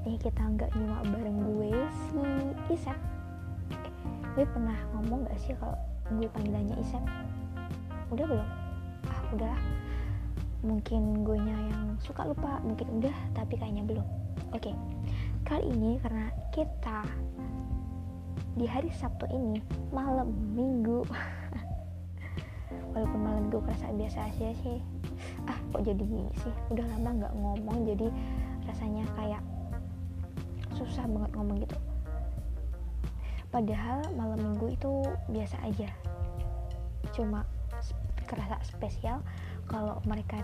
nih kita nggak nyimak bareng gue si Isep. Gue pernah ngomong gak sih kalau gue panggilannya Isep? Udah belum? Udah. Mungkin gue nya yang suka lupa, mungkin udah, tapi kayaknya belum. Oke. Kali ini karena kita di hari Sabtu ini malam Minggu. Walaupun malam gue kerasa biasa aja sih. Kok jadi gini sih? Udah lama nggak ngomong, jadi rasanya kayak susah banget ngomong gitu. Padahal malam Minggu itu biasa aja. Cuma kerasa spesial kalau mereka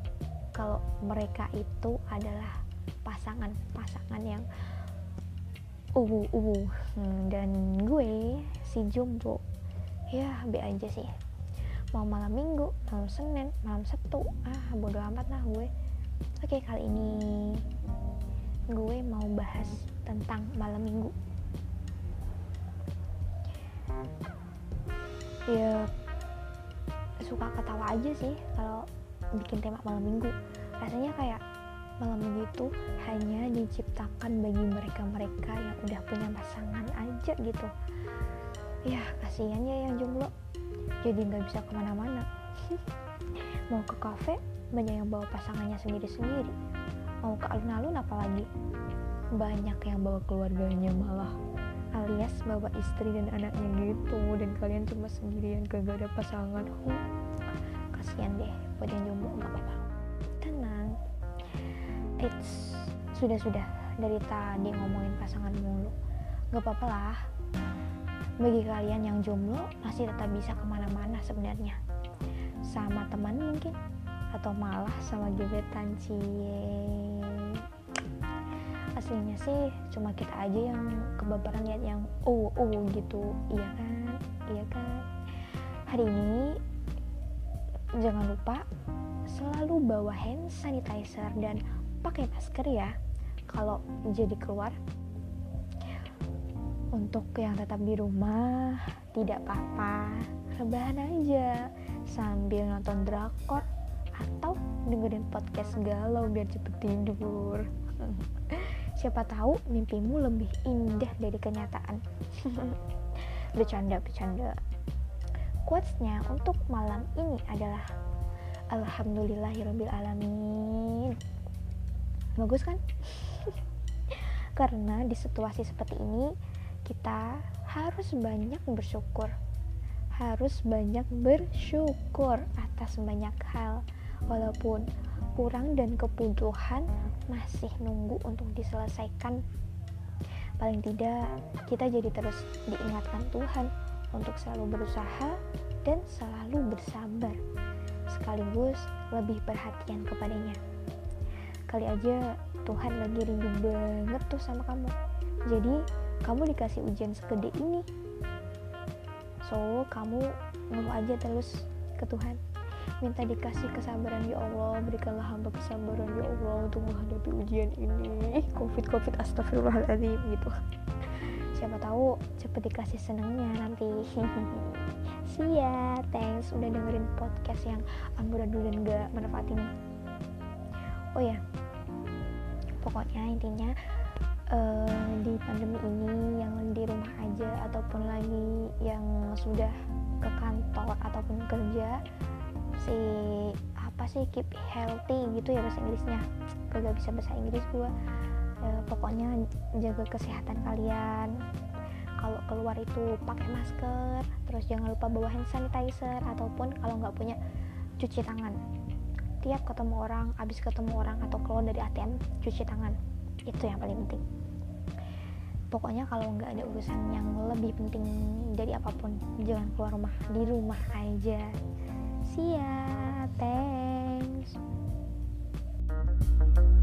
itu adalah pasangan yang dan gue si jomblo ya be aja sih, mau malam Minggu, malam Senin, malam Sabtu, bodo amat lah gue. Oke, kali ini gue mau bahas tentang malam Minggu. Ya suka ketawa aja sih kalau bikin tema malam Minggu. Rasanya kayak malam Minggu itu hanya diciptakan bagi mereka-mereka yang udah punya pasangan aja gitu. Ya kasihan ya yang jomblo, jadi nggak bisa kemana-mana. Mau ke kafe banyak yang bawa pasangannya sendiri-sendiri, mau ke alun-alun apalagi banyak yang bawa keluarganya malah, alias bawa istri dan anaknya gitu, dan kalian cuma sendirian gak ada pasangan. Kasihan deh buat yang jomblo. Nggak apa-apa, tenang. Sudah dari tadi ngomongin pasangan mulu, nggak apa-apa lah. Bagi kalian yang jomblo masih tetap bisa kemana-mana sebenarnya, sama teman mungkin, atau malah sama gebetan. Aslinya sih cuma kita aja yang kebaperan lihat yang gitu, iya kan. Hari ini jangan lupa selalu bawa hand sanitizer dan pakai masker ya kalau jadi keluar. Untuk yang tetap di rumah tidak apa-apa, rebahan aja sambil nonton drakor atau dengerin podcast galau biar cepet tidur. Siapa tahu mimpimu lebih indah dari kenyataan. Bercanda. Quotes-nya untuk malam ini adalah Alhamdulillahirrabbilalamin. Bagus kan? Karena di situasi seperti ini kita harus banyak bersyukur atas banyak hal, walaupun kurang dan kebutuhan masih nunggu untuk diselesaikan. Paling tidak kita jadi terus diingatkan Tuhan untuk selalu berusaha dan selalu bersabar, sekaligus lebih perhatian kepadanya. Kali aja Tuhan lagi rindu banget tuh sama kamu, jadi kamu dikasih ujian segede ini. So kamu ngomong aja terus ke Tuhan, minta dikasih kesabaran, ya Allah berikanlah hamba kesabaran ya Allah untuk menghadapi ujian ini. Covid astagfirullahaladzim gitu. Siapa tahu cepet dikasih senangnya nanti. See ya, thanks udah dengerin podcast yang amburadul dan gak manfaatin. Oh ya, pokoknya intinya di pandemi ini yang di rumah aja ataupun lagi yang sudah ke kantor ataupun kerja, keep healthy gitu ya bahasa Inggrisnya. Gak bisa bahasa Inggris gua. Pokoknya jaga kesehatan kalian. Kalau keluar itu pakai masker, terus jangan lupa bawa hand sanitizer, ataupun kalau nggak punya cuci tangan. Tiap ketemu orang, abis ketemu orang atau keluar dari ATM cuci tangan. Itu yang paling penting. Pokoknya kalau nggak ada urusan yang lebih penting dari apapun, jangan keluar rumah, di rumah aja. See ya, thanks.